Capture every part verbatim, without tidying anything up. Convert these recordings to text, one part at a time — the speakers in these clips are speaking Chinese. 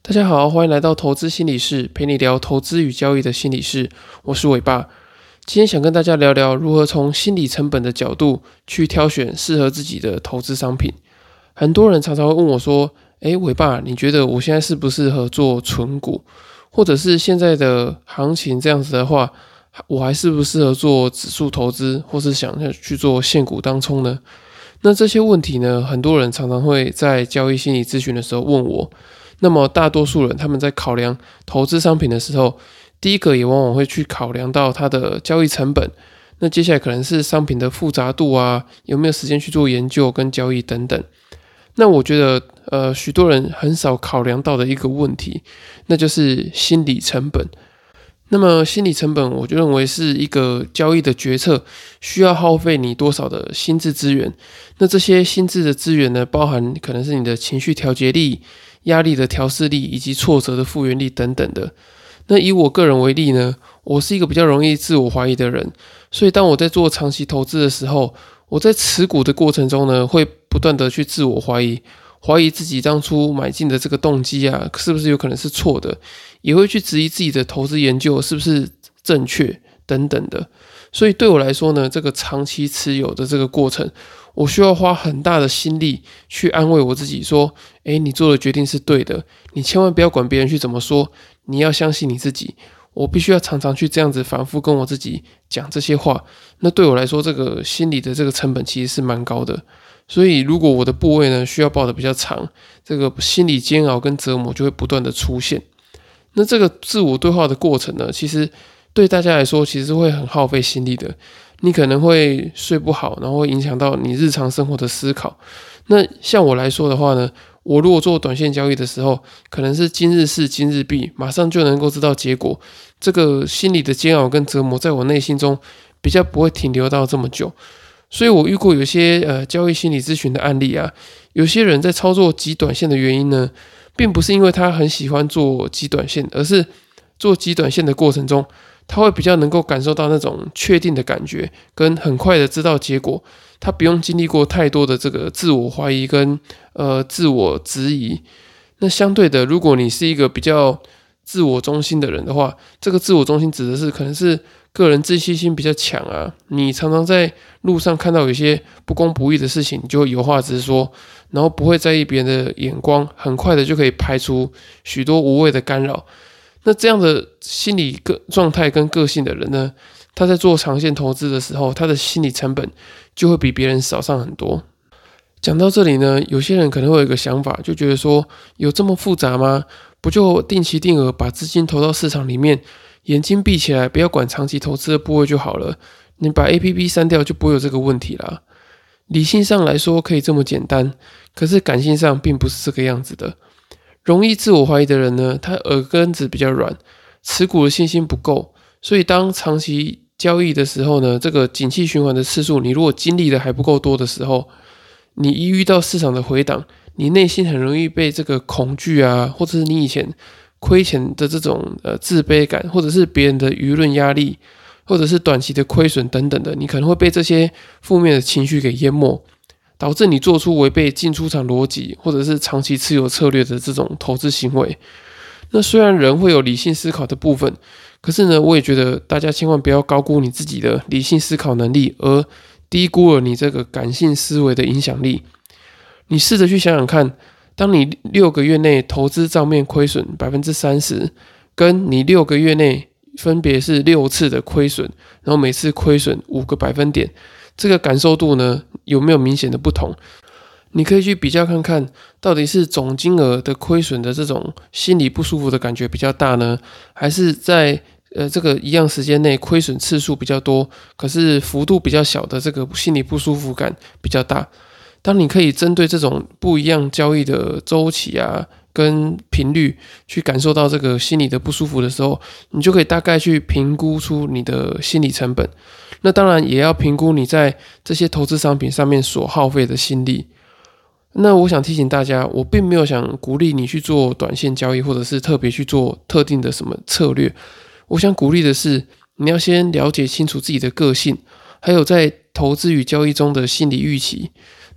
大家好，欢迎来到投资心理室，陪你聊投资与交易的心理室。我是伟爸，今天想跟大家聊聊如何从心理成本的角度去挑选适合自己的投资商品。很多人常常会问我说：“诶，伟爸，你觉得我现在适不适合做存股？或者是现在的行情这样子的话，我还适不适合做指数投资，或是想要去做现股当冲呢？”那这些问题呢，很多人常常会在交易心理咨询的时候问我。那么大多数人他们在考量投资商品的时候，第一个也往往会去考量到它的交易成本，那接下来可能是商品的复杂度啊，有没有时间去做研究跟交易等等。那我觉得呃，许多人很少考量到的一个问题，那就是心理成本。那么心理成本我就认为是一个交易的决策需要耗费你多少的心智资源。那这些心智的资源呢，包含可能是你的情绪调节力、压力的调适力以及挫折的复原力等等的。那以我个人为例呢，我是一个比较容易自我怀疑的人，所以当我在做长期投资的时候，我在持股的过程中呢，会不断的去自我怀疑，怀疑自己当初买进的这个动机啊，是不是有可能是错的，也会去质疑自己的投资研究是不是正确等等的。所以对我来说呢，这个长期持有的这个过程，我需要花很大的心力去安慰我自己说，诶，你做的决定是对的，你千万不要管别人去怎么说，你要相信你自己。我必须要常常去这样子反复跟我自己讲这些话，那对我来说这个心理的这个成本其实是蛮高的。所以如果我的部位呢需要抱得比较长，这个心理煎熬跟折磨就会不断的出现。那这个自我对话的过程呢，其实对大家来说其实会很耗费心力的。你可能会睡不好，然后会影响到你日常生活的思考。那像我来说的话呢，我如果做短线交易的时候，可能是今日事今日毕，马上就能够知道结果。这个心理的煎熬跟折磨，在我内心中比较不会停留到这么久。所以我遇过有些呃交易心理咨询的案例啊，有些人在操作极短线的原因呢，并不是因为他很喜欢做极短线，而是做极短线的过程中，他会比较能够感受到那种确定的感觉，跟很快的知道结果，他不用经历过太多的这个自我怀疑跟呃自我质疑。那相对的，如果你是一个比较自我中心的人的话，这个自我中心指的是可能是个人自信心比较强啊，你常常在路上看到有些不公不义的事情，你就会有话直说，然后不会在意别人的眼光，很快的就可以排除许多无谓的干扰。那这样的心理状态跟个性的人呢，他在做长线投资的时候，他的心理成本就会比别人少上很多。讲到这里呢，有些人可能会有一个想法，就觉得说，有这么复杂吗？不就定期定额把资金投到市场里面，眼睛闭起来，不要管长期投资的部位就好了，你把 A P P 删掉就不会有这个问题啦。理性上来说可以这么简单，可是感性上并不是这个样子的。容易自我怀疑的人呢，他耳根子比较软，持股的信心不够，所以当长期交易的时候呢，这个景气循环的次数，你如果经历的还不够多的时候，你一遇到市场的回档，你内心很容易被这个恐惧啊，或者是你以前亏钱的这种呃自卑感，或者是别人的舆论压力，或者是短期的亏损等等的，你可能会被这些负面的情绪给淹没，导致你做出违背进出场逻辑或者是长期持有策略的这种投资行为。那虽然人会有理性思考的部分，可是呢，我也觉得大家千万不要高估你自己的理性思考能力，而低估了你这个感性思维的影响力。你试着去想想看，当你六个月内投资账面亏损 百分之三十， 跟你六个月内分别是六次的亏损，然后每次亏损五个百分点，这个感受度呢，有没有明显的不同？你可以去比较看看，到底是总金额的亏损的这种心理不舒服的感觉比较大呢，还是在呃这个一样时间内亏损次数比较多，可是幅度比较小的这个心理不舒服感比较大？当你可以针对这种不一样交易的周期啊跟频率去感受到这个心理的不舒服的时候，你就可以大概去评估出你的心理成本。那当然也要评估你在这些投资商品上面所耗费的心力。那我想提醒大家，我并没有想鼓励你去做短线交易，或者是特别去做特定的什么策略。我想鼓励的是，你要先了解清楚自己的个性，还有在投资与交易中的心理预期。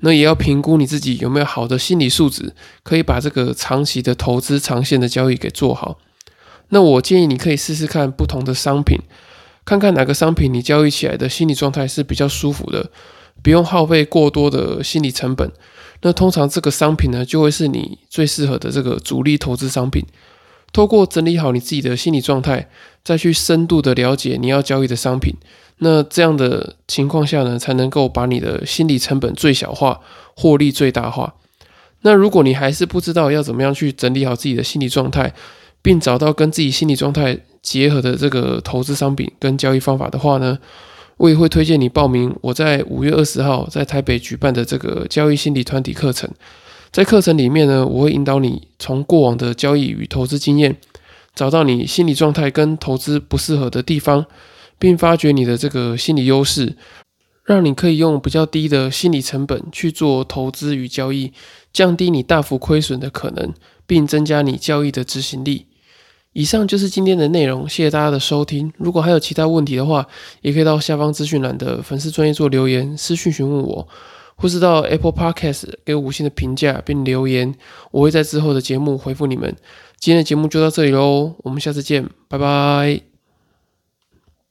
那也要评估你自己有没有好的心理素质，可以把这个长期的投资、长线的交易给做好。那我建议你可以试试看不同的商品，看看哪个商品你交易起来的心理状态是比较舒服的，不用耗费过多的心理成本。那通常这个商品呢，就会是你最适合的这个主力投资商品。透过整理好你自己的心理状态，再去深度的了解你要交易的商品，那这样的情况下呢，才能够把你的心理成本最小化，获利最大化。那如果你还是不知道要怎么样去整理好自己的心理状态，并找到跟自己心理状态结合的这个投资商品跟交易方法的话呢，我也会推荐你报名我在五月二十号在台北举办的这个交易心理团体课程。在课程里面呢，我会引导你从过往的交易与投资经验，找到你心理状态跟投资不适合的地方，并发掘你的这个心理优势，让你可以用比较低的心理成本去做投资与交易，降低你大幅亏损的可能，并增加你交易的执行力。以上就是今天的内容，谢谢大家的收听。如果还有其他问题的话，也可以到下方资讯栏的粉丝专页做留言，私讯询问我，或是到 Apple Podcast 给我五星的评价并留言，我会在之后的节目回复你们。今天的节目就到这里咯，我们下次见，拜拜。